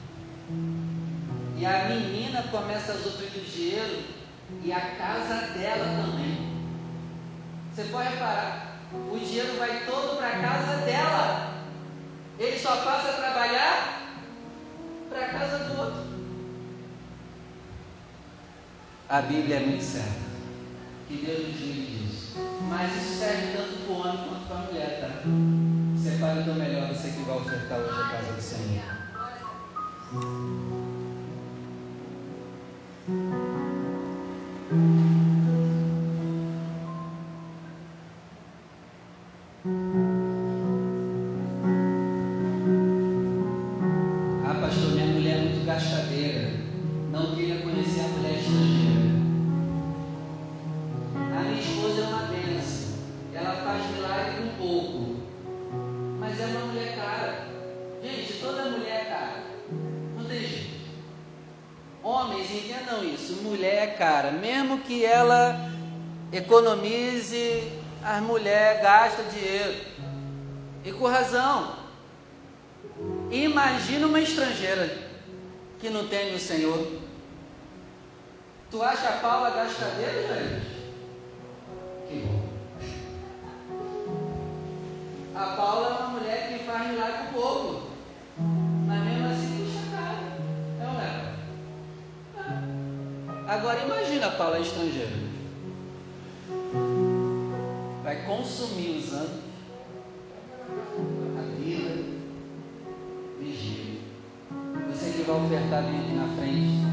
e a menina começa a usufruir do dinheiro e a casa dela também. Você pode reparar, o dinheiro vai todo para a casa dela. Ele só passa a trabalhar para a casa do outro. A Bíblia é muito certa. Que Deus nos livre disso. Mas isso serve tanto para o homem quanto para a mulher, tá? Separe o teu melhor, você que vai ofertar hoje a casa do Senhor. Ah, pastor, minha mulher é muito gastadeira. Não queria conhecer a mulher estrangeira. A minha esposa é uma benção. Ela faz milagre com pouco. Mas é uma mulher cara. Gente, toda mulher é cara. Não tem jeito. Homens, entendam isso. Mulher é cara. Mesmo que ela economize, a mulher gasta dinheiro. E com razão. Imagina uma estrangeira que não teme o Senhor. Tu acha a Paula gastadeira, gente? Que bom. A Paula é uma mulher que faz milagre com o povo, mas mesmo assim puxa cara. É ou não é? Agora imagina a Paula estrangeira. Vai consumir os anos, a vida, vigia. Você que vai ofertar bem aqui na frente.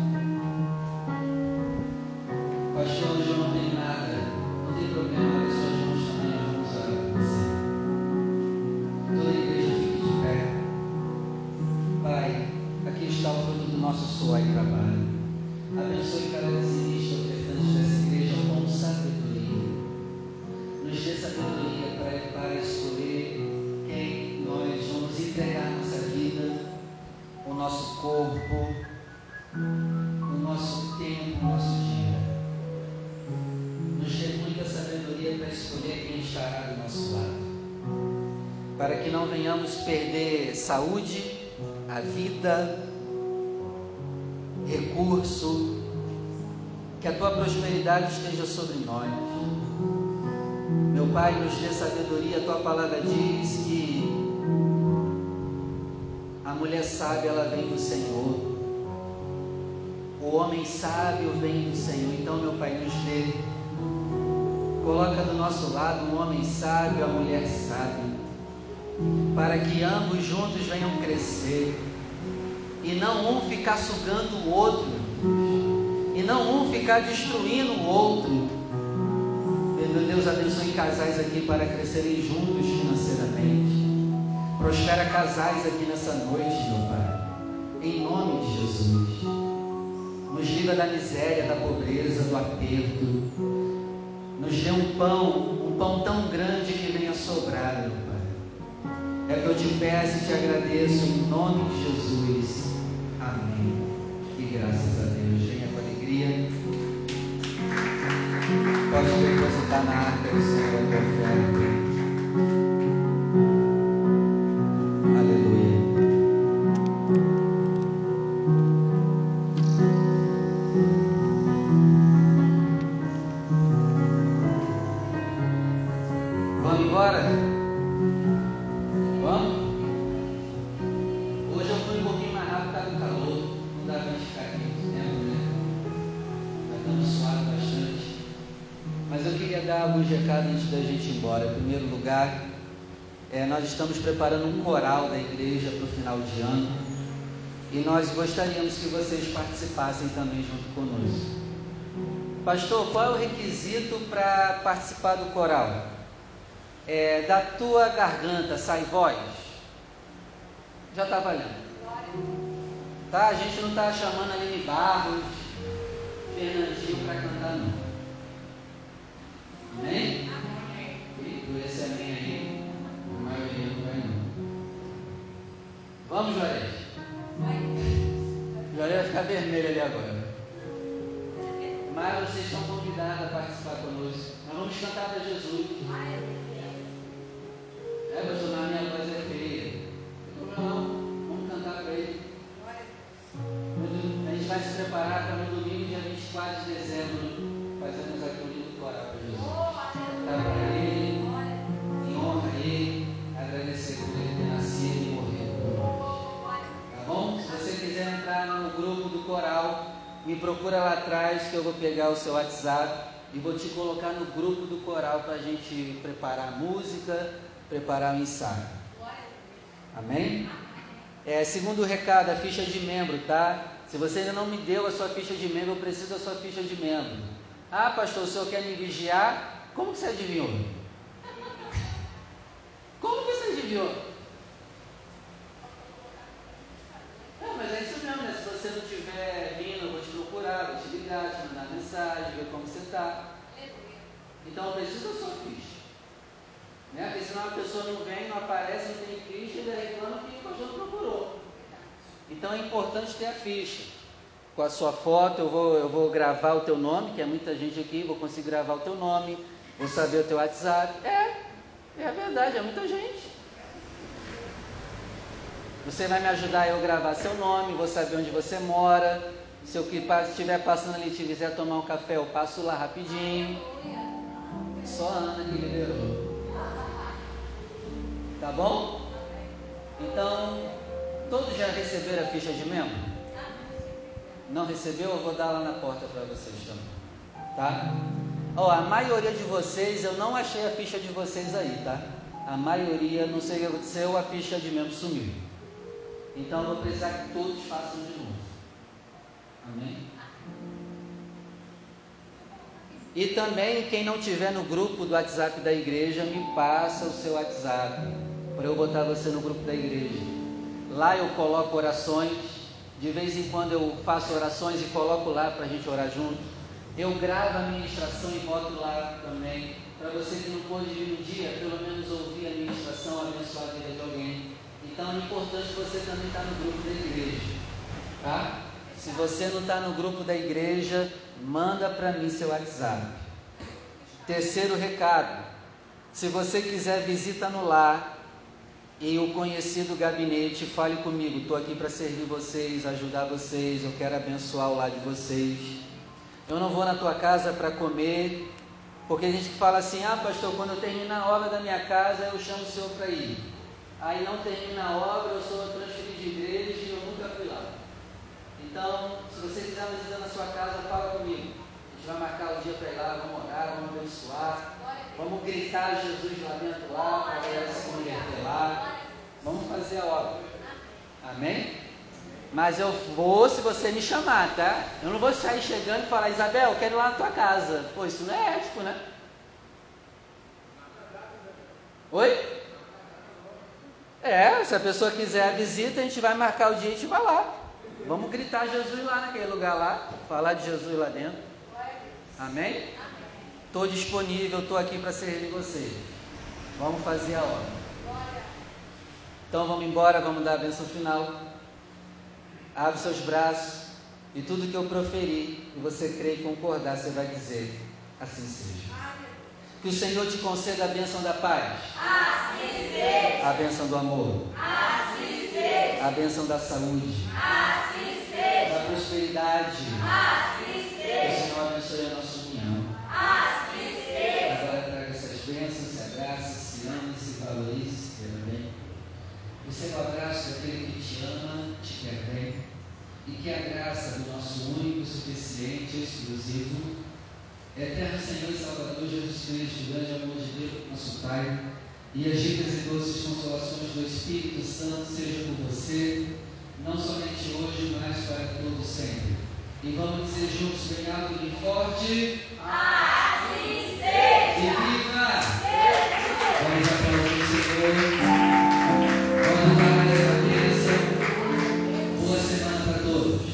Pastor, hoje eu não tenho nada. Não tem problema, abre suas mãos também, vamos orar por você. Toda a igreja fique de pé. Pai, aqui está o fruto do nosso suor e trabalho. Abençoe cada dizimista ofertante dessa igreja com sabedoria. Nos dê sabedoria para escolher quem nós vamos entregar nossa vida, o nosso corpo, o nosso tempo, o nosso dia. Nos dê muita sabedoria para escolher quem estará do nosso lado, para que não venhamos perder saúde, a vida, recurso, que a tua prosperidade esteja sobre nós. Meu Pai, nos dê sabedoria. A tua palavra diz que a mulher sábia, ela vem do Senhor, o homem sábio vem do Senhor. Então, meu Pai, nos dê, coloca do nosso lado um homem sábio, a mulher sábia, para que ambos juntos venham crescer, e não um ficar sugando o outro, e não um ficar destruindo o outro. Meu Deus, abençoe casais aqui para crescerem juntos financeiramente. Prospera casais aqui nessa noite, meu Pai, em nome de Jesus. Nos livra da miséria, da pobreza, do aperto. Nos dê um pão tão grande que venha sobrar, meu Pai. É o que eu te peço e te agradeço em nome de Jesus. Amém. E graças a Deus. Venha com alegria. Pode depositar na arca do Senhor a tua oferta. Aleluia. Vamos embora? Vamos? Hoje eu fui um pouquinho mais rápido, está com calor. Não dá para ficar aqui muito tempo, né? Já estamos suados bastante. Mas eu queria dar alguns recados antes da gente ir embora. Em primeiro lugar, nós estamos preparando um coral da igreja para o final de ano. E nós gostaríamos que vocês participassem também junto conosco. Pastor, qual é o requisito para participar do coral? Da tua garganta sai voz? Já está valendo. Tá? A gente não está chamando Aline Barros, Fernandinho para cantar, não. Amém? E por esse amém aí, a maioria não vai não. Vamos, Juarez? Juarez vai ficar vermelho ali agora. Mas vocês estão convidados a participar conosco. Nós vamos cantar para Jesus. Pastor, na minha voz é feia. Não tem problema não. Vamos cantar para Ele. A gente vai se preparar para no domingo, dia 24 de dezembro, fazermos aqui um lindo coral para Jesus. Cantar para Ele, em honra a Ele, agradecer por Ele ter nascido e morrido por nós. Tá bom? Se você quiser entrar no grupo do coral, me procura lá atrás que eu vou pegar o seu WhatsApp e vou te colocar no grupo do coral para a gente preparar a música, preparar o ensaio. Amém? Segundo recado, a ficha de membro, tá? Se você ainda não me deu a sua ficha de membro, eu preciso da sua ficha de membro. Ah, pastor, o senhor quer me vigiar? Como que você adivinhou? Como que você adivinhou? Não, mas é isso mesmo, né? Se você não estiver vindo, eu vou te procurar, vou te ligar, te mandar mensagem, ver como você está. Então eu preciso da sua ficha. Né? Porque senão a pessoa não vem, não aparece, não tem ficha e ainda reclama que o pastor não procurou. Então é importante ter a ficha. Com a sua foto, eu vou gravar o teu nome, que é muita gente aqui, vou conseguir gravar o teu nome, vou saber o teu WhatsApp. É verdade, é muita gente. Você vai me ajudar a eu gravar seu nome, vou saber onde você mora. Se eu estiver passando ali e te quiser tomar um café, eu passo lá rapidinho. Só a Ana que liberou. Tá bom? Então, todos já receberam a ficha de membro? Não recebeu? Eu vou dar lá na porta para vocês também. Tá? Ó, a maioria de vocês, eu não achei a ficha de vocês aí, tá? A maioria, não sei o que aconteceu, a ficha de membro sumiu. Então, eu vou precisar que todos façam de novo. Amém? E também, quem não tiver no grupo do WhatsApp da igreja, me passa o seu WhatsApp, para eu botar você no grupo da igreja. Lá eu coloco orações, de vez em quando eu faço orações e coloco lá para a gente orar junto. Eu gravo a ministração e boto lá também, para você que não pôde vir no dia, pelo menos ouvir a ministração, abençoar a vida de alguém. Então é importante você também estar no grupo da igreja, tá? Se você não está no grupo da igreja, manda para mim seu WhatsApp. Terceiro recado, se você quiser visita no lar e o conhecido gabinete, fale comigo, estou aqui para servir vocês, ajudar vocês, eu quero abençoar o lar de vocês. Eu não vou na tua casa para comer, porque a gente fala assim, pastor, quando eu terminar a obra da minha casa, eu chamo o senhor para ir. Aí não termina a obra, eu sou transferido de igreja e eu nunca fui lá. Então, se você quiser uma visita na sua casa, fala comigo. A gente vai marcar o dia para ir lá, vamos orar, vamos abençoar, vamos gritar Jesus lá dentro, lá, para a galera se converter lá. Vamos fazer a obra. Amém? Mas eu vou se você me chamar, tá? Eu não vou sair chegando e falar, Isabel, eu quero ir lá na tua casa. Pô, isso não é ético, né? Oi? Se a pessoa quiser a visita, a gente vai marcar o dia e a gente vai lá. Vamos gritar Jesus lá naquele lugar lá, falar de Jesus lá dentro. Amém? Estou disponível, estou aqui para servir vocês. Vamos fazer a obra. Então vamos embora, vamos dar a bênção final. Abre seus braços e tudo que eu proferir e você crer e concordar, você vai dizer, assim seja. Que o Senhor te conceda a bênção da paz. Assim seja. A bênção do amor. Assim seja. A bênção da saúde. Assim seja. Da prosperidade. Assim seja. Que o Senhor abençoe a nossa união. Assim seja. Agora traga essas bênçãos, se abraça, se ama, se valorize, se queira bem. Receba o abraço daquele que te ama, te quer bem. E que a graça do nosso único, suficiente, exclusivo, eterno Senhor e Salvador Jesus Cristo, o grande amor de Deus, nosso Pai, e as ricas e doces consolações do Espírito Santo sejam com você, não somente hoje, mas para todo sempre. E vamos dizer juntos, bem alto e bem forte: assim seja! E viva! Vamos aplaudir o Senhor. Vamos dar mais a bênção. Boa semana para todos.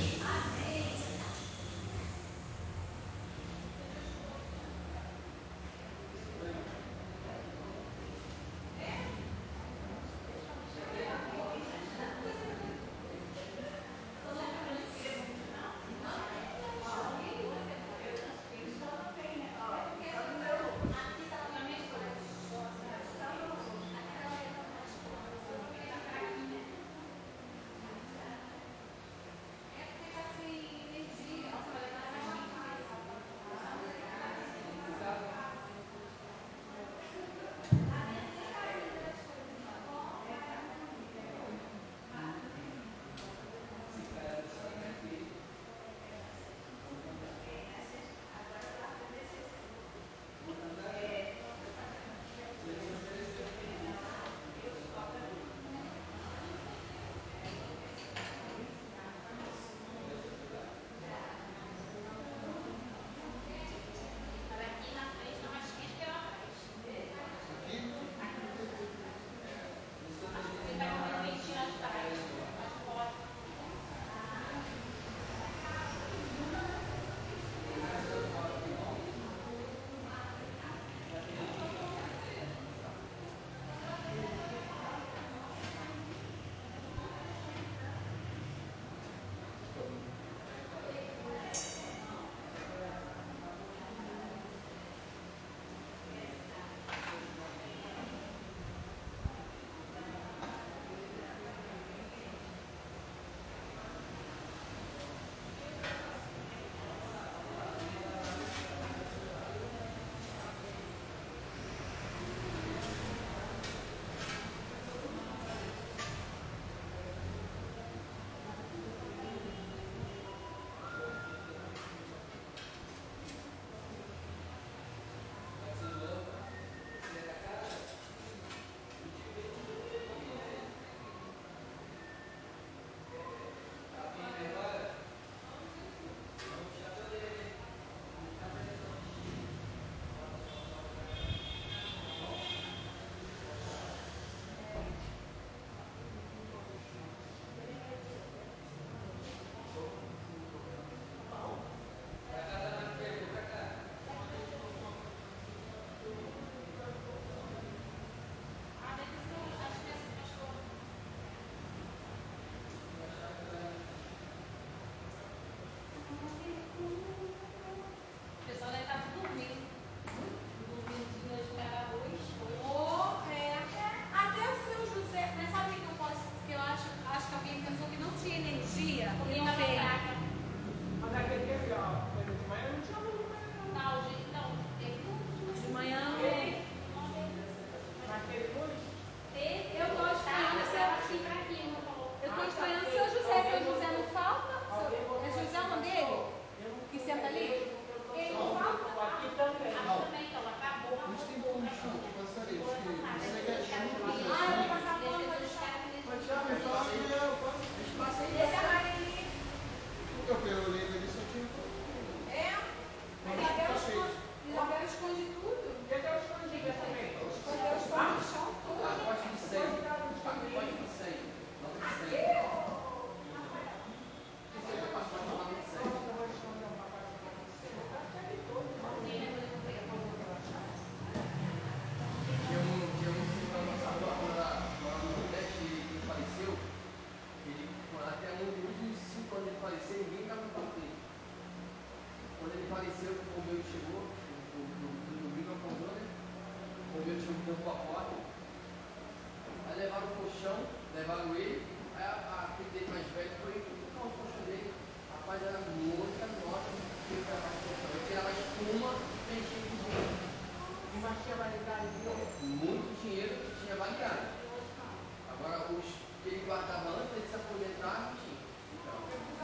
levaram ele, aí a filha dele mais velho foi no colchão dele, rapaz, era muita nota que eu levava no colchão. Eu tirava a espuma e enchia de dinheiro. E mas tinha validade de hoje? Muito dinheiro que tinha validade. Agora, os que ele guardava antes de se aposentar, não tinha. Então,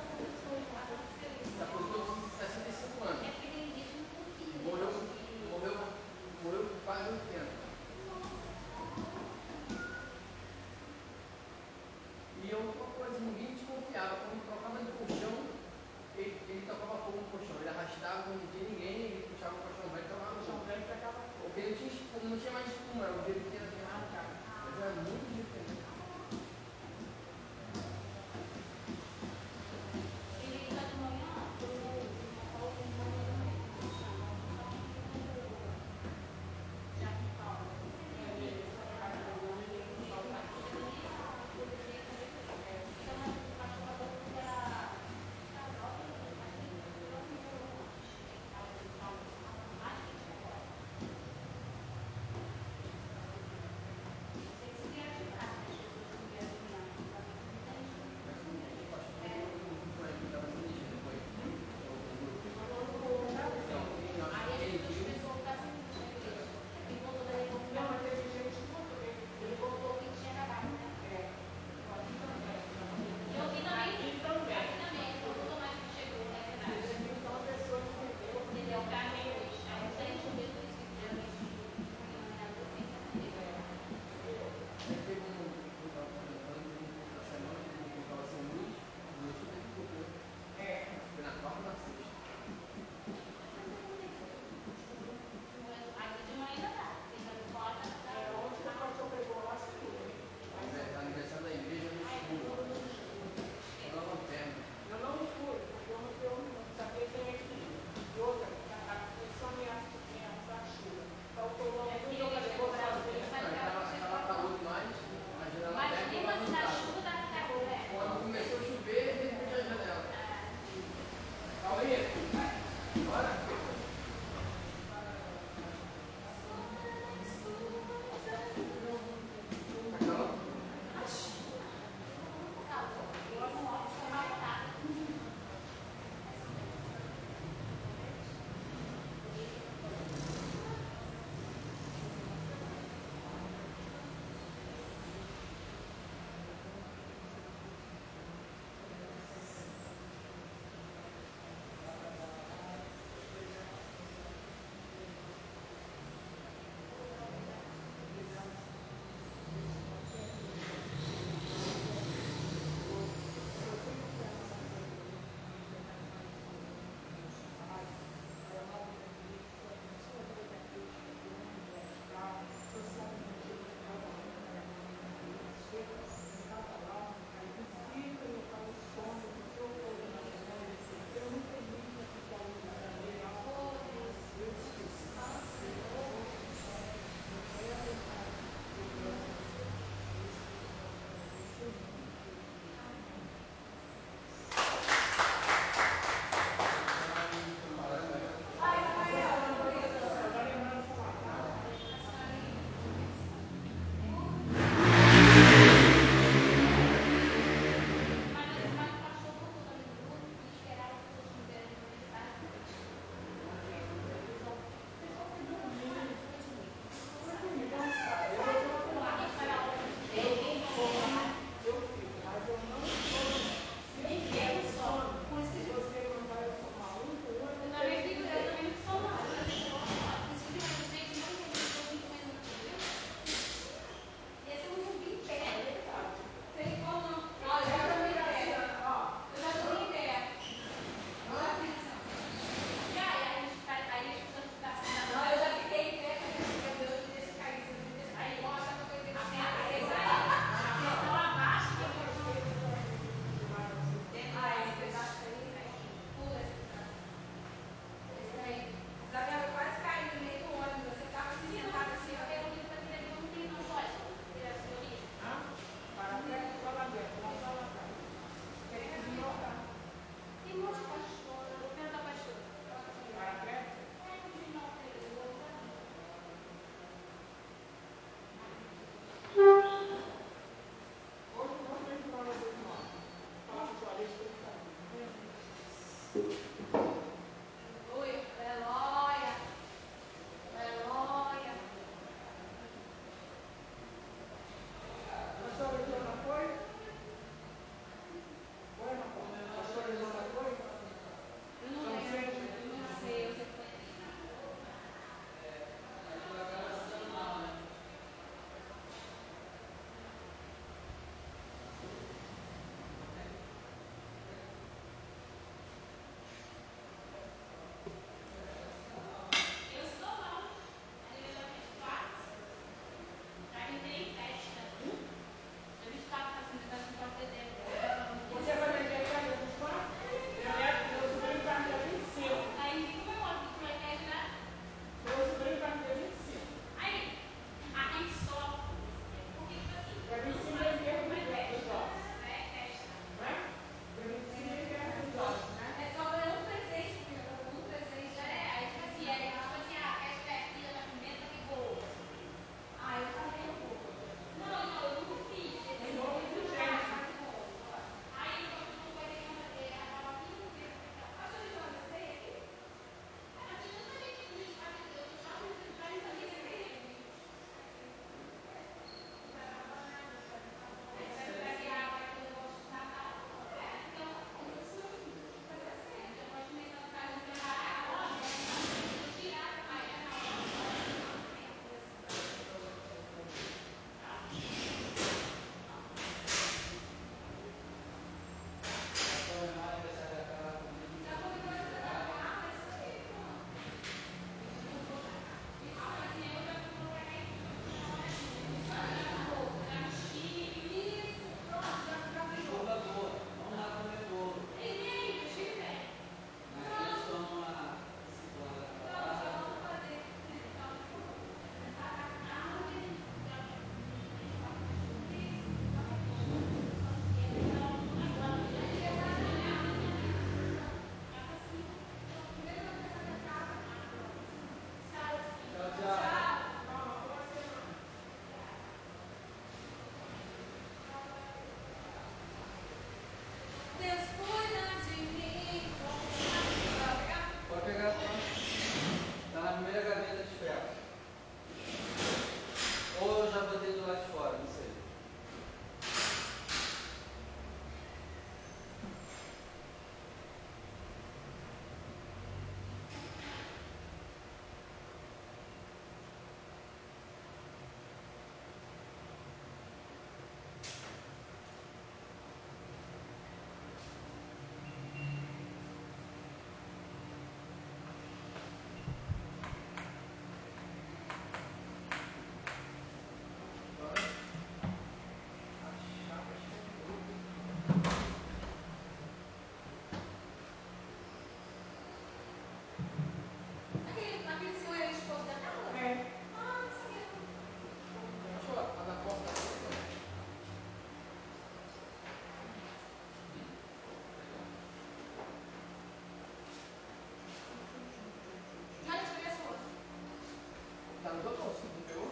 se aposentou com 65 anos. Morreu com quase 80. E outra coisa, ninguém desconfiava. Quando trocava de colchão, ele tocava fogo no colchão. Ele arrastava, não tinha ninguém, ele puxava o colchão velho e tocava O chão fogo. velho pegava fogo. Porque não tinha mais espuma, era o jeito que era arrancado. Mas era muito diferente. no balcão, 51.